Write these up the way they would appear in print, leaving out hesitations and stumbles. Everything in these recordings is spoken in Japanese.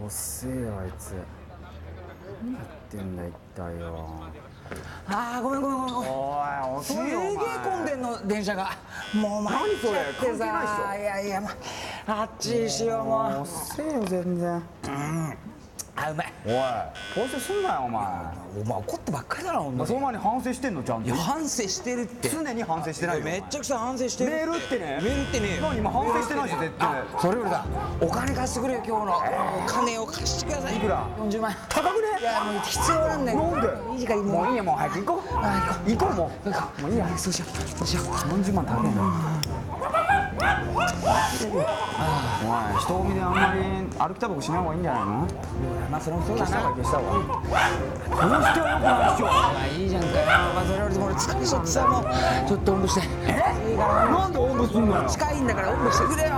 遅えよあいつ。何やってんだ一体よ。 ごめん。 おい遅いよ。 すげえ混んでんの電車が。もう参っちゃってさ。いや、あっちしようもう。 遅えよ全然。 うまい。 おい反省すんなよお前。 お前怒ってばっかりだなほんとに。 その前に反省してんのちゃんと。 いや反省してるって。 常に反省してないよ。 めっちゃくちゃ反省してる。 メールってね。 何今反省してないし絶対。 それよりだ、お金貸してくれよ今日の。お金を貸してください。 いくら ？40万円。 高くね？ いやもう必要なんだよ。 なんで？ いい時間もういいやもう早く行こう。行こうもういいや。 そうしよう。 40万高いな。おい人混みであんまり歩きタバコしない方がいいんじゃないの？ まあそれもそうだな。 消した方がいい。この人はよくないでしょ。 まあいいじゃんかよ。まあそれよりも俺疲れちゃってさ、もうちょっとおんぶして。いいからなんでおんぶすんのよ。 近いんだからおんぶしてくれよ。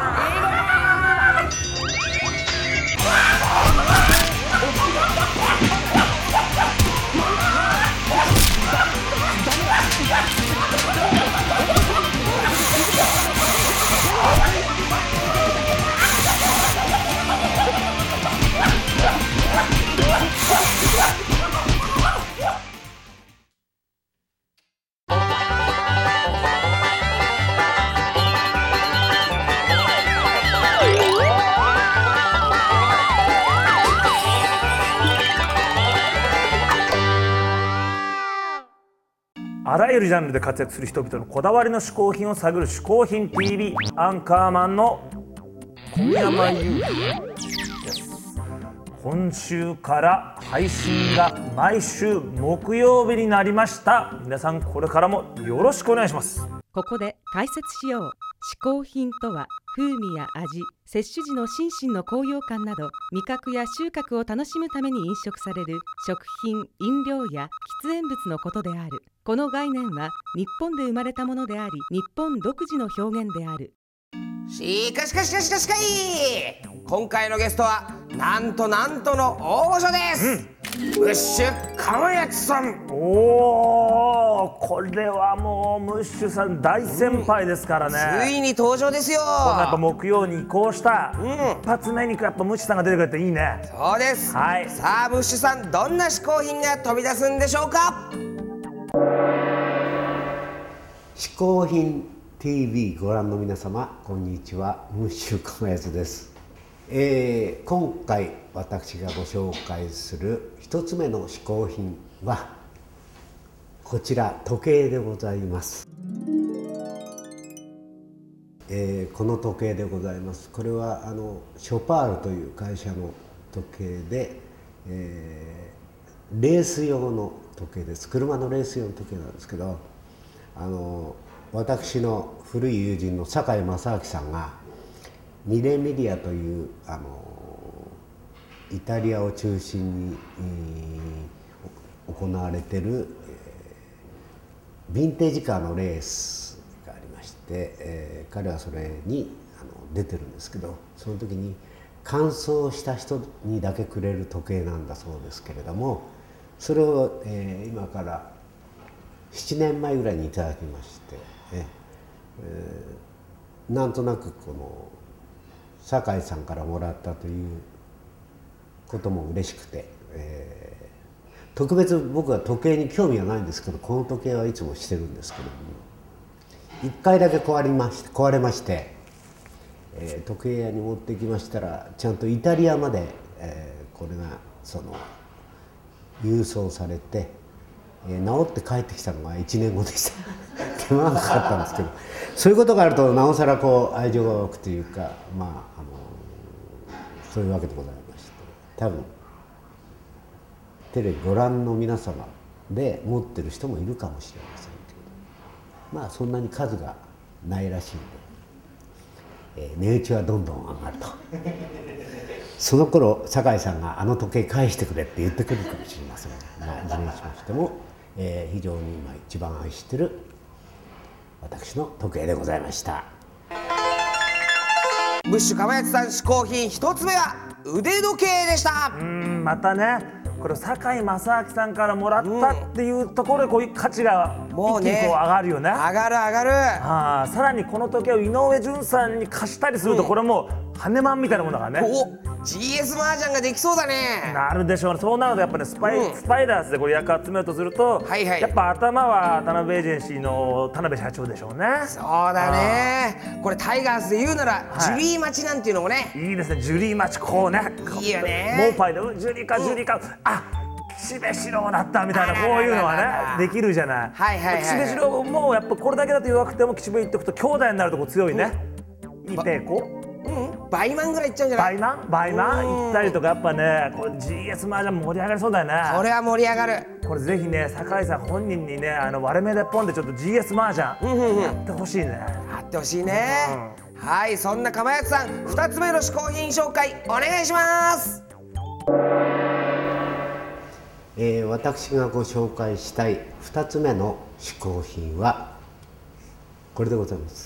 あらゆるジャンルで活躍する人々のこだわりの嗜好品を探る嗜好品 TV アンカーマンの小宮山雄飛です。今週から配信が毎週木曜日になりました。皆さんこれからもよろしくお願いします。 ここで解説しよう。嗜好品とは風味や味、摂取時の心身の高揚感など味覚や収穫を楽しむために飲食される食品、飲料や喫煙物のことである。この概念は日本で生まれたものであり、日本独自の表現である。 しかい、今回のゲストはなんとの大御所です。ムッシュかまやつさん。 おー、これはもうムッシュさん大先輩ですからね。 ついに登場ですよ。 このやっぱ木曜に移行した、一発目にやっぱムッシュさんが出てくれていいね。 そうです、 はい、 さあムッシュさん、どんな嗜好品が飛び出すんでしょうか。 嗜好品 TV ご覧の皆様、こんにちは。ムッシュかまやつです。今回私がご紹介する一つ目の嗜好品はこちら、時計でございます。この時計でございます。これはショパールという会社の時計で、レース用の時計です。車のレース用の時計なんですけど、私の古い友人の堺正明さんがミレミリアというイタリアを中心に、行われている、ヴィンテージカーのレースがありまして、彼はそれに出てるんですけど、その時に完走した人にだけくれる時計なんだそうですけれども、それを、今から7年前ぐらいにいただきまして、なんとなくこの堺さんからもらったということも嬉しくて、特別僕は時計に興味はないんですけど、この時計はいつもしてるんですけども、1回だけ壊れまして、時計屋に持ってきましたらちゃんとイタリアまで、これが郵送されて、治って帰ってきたのが1年後でした。手間がかかったんですけど、そういうことがあるとなおさら愛情が湧くというか、そういうわけでございまして、多分テレビご覧の皆様で持ってる人もいるかもしれませんけど、そんなに数がないらしいんで、値打ちはどんどん上がると。その頃堺さんがあの時計返してくれって言ってくるかもしれませんが、いずれにしましても、非常に今一番愛してる私の時計でございました。 ムッシュかまやつさん、嗜好品一つ目は腕時計でした。 またね、これ堺正明さんからもらったっていうところでこういう価値が一気に上がるよね。 上がる。 さらにこの時計を井上順さんに貸したりすると、これも羽マンみたいなもんだからね。 お GS 麻雀ができそうだね。 なるでしょうね。そうなるとやっぱねスパイダースでこれ役集めるとすると、 はいはいやっぱ頭は田辺エージェンシーの田辺社長でしょうね。 そうだね。これタイガースで言うなら、ジュリー待ちなんていうのもね。 いいですね。ジュリーマチこうね。 いいよね。 モーパイでジュリーかジュリーか、あ岸辺四郎だったみたいな、こういうのはねできるじゃない。 はいはいはいはい岸辺四郎もやっぱこれだけだと弱くても岸辺言っておくと兄弟になるとこ強いね。いいペコバイマンぐらいいっちゃうんじゃない？ バイマン行ったりとか、やっぱねこれ GS 麻雀盛り上がりそうだよね。 これは盛り上がる。 これぜひね酒井さん本人にね割れ目でポンでちょっと GS 麻雀やってほしいね。 やってほしいね。はい、そんな釜谷さん、2つ目の嗜好品紹介お願いします。 私がご紹介したい2つ目の嗜好品はこれでございます。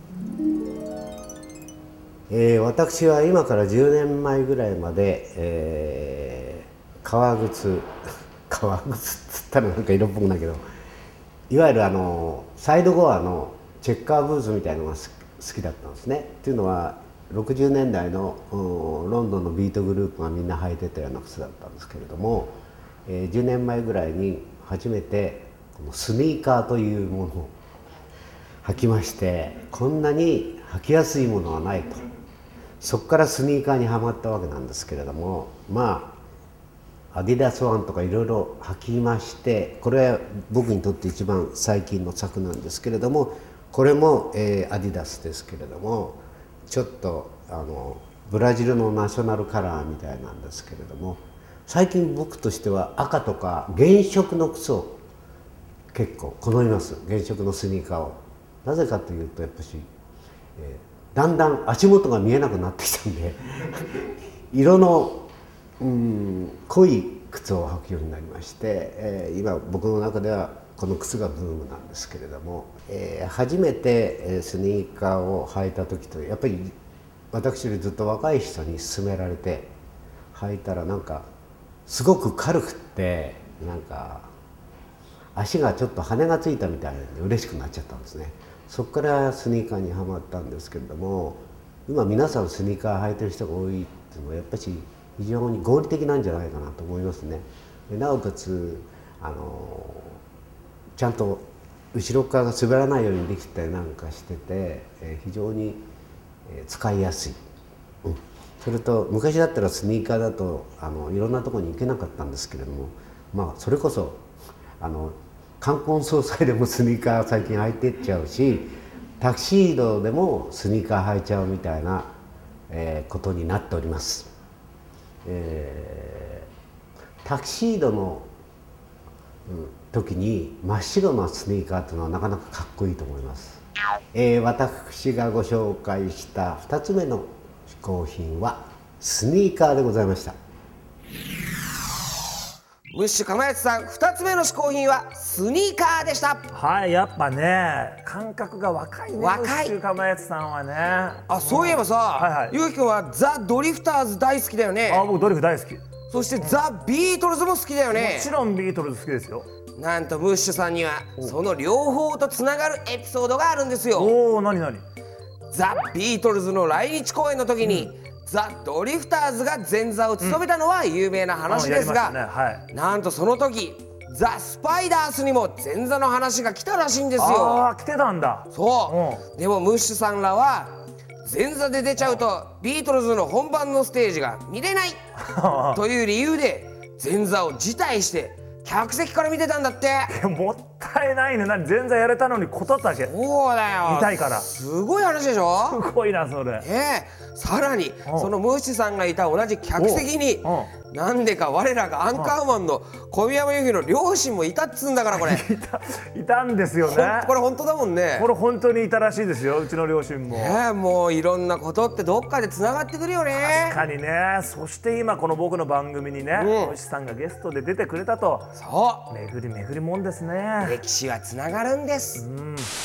私は今から10年前ぐらいまで、革靴革靴っつったらなんか色っぽくないけど、いわゆるサイドゴアのチェッカーブーツみたいなのが好きだったんですね。っていうのは60年代のロンドンのビートグループがみんな履いてたような靴だったんですけれども、10年前ぐらいに初めてこのスニーカーというものを履きまして、こんなに履きやすいものはないと、そこからスニーカーにはまったわけなんですけれども、まあアディダスワンとかいろいろ履きまして、これは僕にとって一番最近の作なんですけれども、これも、アディダスですけれども、ちょっとブラジルのナショナルカラーみたいなんですけれども、最近僕としては赤とか原色の靴を結構好みます。原色のスニーカーを。なぜかというとやっぱし、だんだん足元が見えなくなってきたんで色の濃い靴を履くようになりまして、今僕の中ではこの靴がブームなんですけれども、初めてスニーカーを履いた時とやっぱり私よりずっと若い人に勧められて履いたら、なんかすごく軽くってなんか足がちょっと羽がついたみたいで嬉しくなっちゃったんですね。そこからスニーカーにはまったんですけれども、今皆さんスニーカー履いてる人が多いっていうのはやっぱり非常に合理的なんじゃないかなと思いますね。でなおかつちゃんと後ろ側が滑らないようにできたりなんかしてて、非常に使いやすい、それと昔だったらスニーカーだといろんなところに行けなかったんですけれども、まあそれこそ冠婚葬祭でもスニーカー最近履いてっちゃうし、タキシードでもスニーカー履いちゃうみたいな、ことになっております。タキシードの、時に真っ白なスニーカーっていうのはなかなかかっこいいと思います。私がご紹介した2つ目の嗜好品はスニーカーでございました。 ムッシュ釜谷さん、2つ目の嗜好品はスニーカーでした。 はい、やっぱね感覚が若いね。 若い。 ムッシュ釜谷さんはね。 そういえばさ、ゆうきくんはザ・ドリフターズ大好きだよね。 僕ドリフ大好き。 そしてザ・ビートルズも好きだよね。 もちろんビートルズ好きですよ。 なんとムッシュさんにはその両方とつながるエピソードがあるんですよ。 おお、何何？ ザ・ビートルズの来日公演の時に、ザ・ドリフターズが前座を務めたのは有名な話ですが、なんとその時ザ・スパイダースにも前座の話が来たらしいんですよ。 来てたんだ。 そう、でもムッシュさんらは前座で出ちゃうとビートルズの本番のステージが見れないという理由で前座を辞退して客席から見てたんだって。 もったいないね。前座やれたのに断ったわけ。 そうだよ、 見たいから。 すごい話でしょ。 すごいなそれ。 さらにそのムッシュさんがいた同じ客席になんでか我らがアンカーマンの小宮山由紀の両親もいたっつんだから。これいたんですよね。 これ本当だもんね。 これ本当にいたらしいですよ、うちの両親も。 もういろんなことってどっかでつながってくるよね。 確かにね。そして今この僕の番組にね、ムッシュさんがゲストで出てくれたと。 そう、 巡り巡りもんですね。 歴史はつながるんです。